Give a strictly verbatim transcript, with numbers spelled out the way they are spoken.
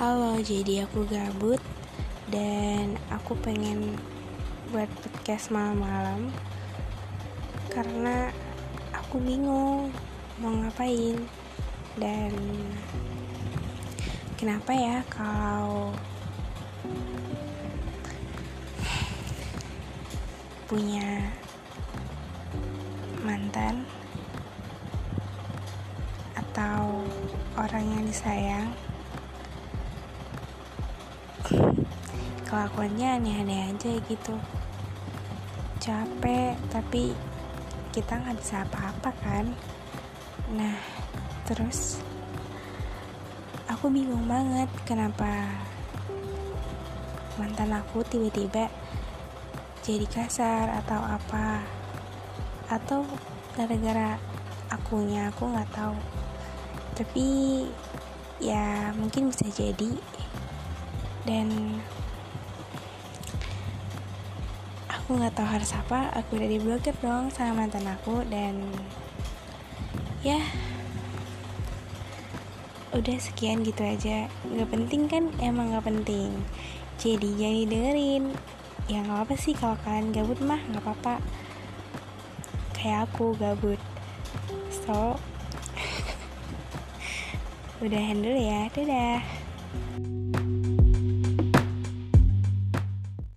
Halo, jadi aku gabut dan aku pengen buat podcast malam-malam karena aku bingung mau ngapain. Dan kenapa ya kalau punya mantan atau orang yang disayang kelakuannya aneh-aneh aja gitu. Capek tapi kita gak bisa apa-apa kan. Nah terus aku bingung banget kenapa mantan aku tiba-tiba jadi kasar atau apa, atau gara-gara akunya aku gak tahu. Tapi ya mungkin bisa jadi. Dan aku nggak tahu harus apa. Aku udah diblokir dong sama mantan aku. Dan ya udah sekian gitu aja. Nggak penting kan, emang nggak penting. Jadi jangan dengerin. Ya nggak apa sih kalau kalian gabut mah, nggak apa-apa. Kayak aku gabut. So udahan dulu ya. Dadah.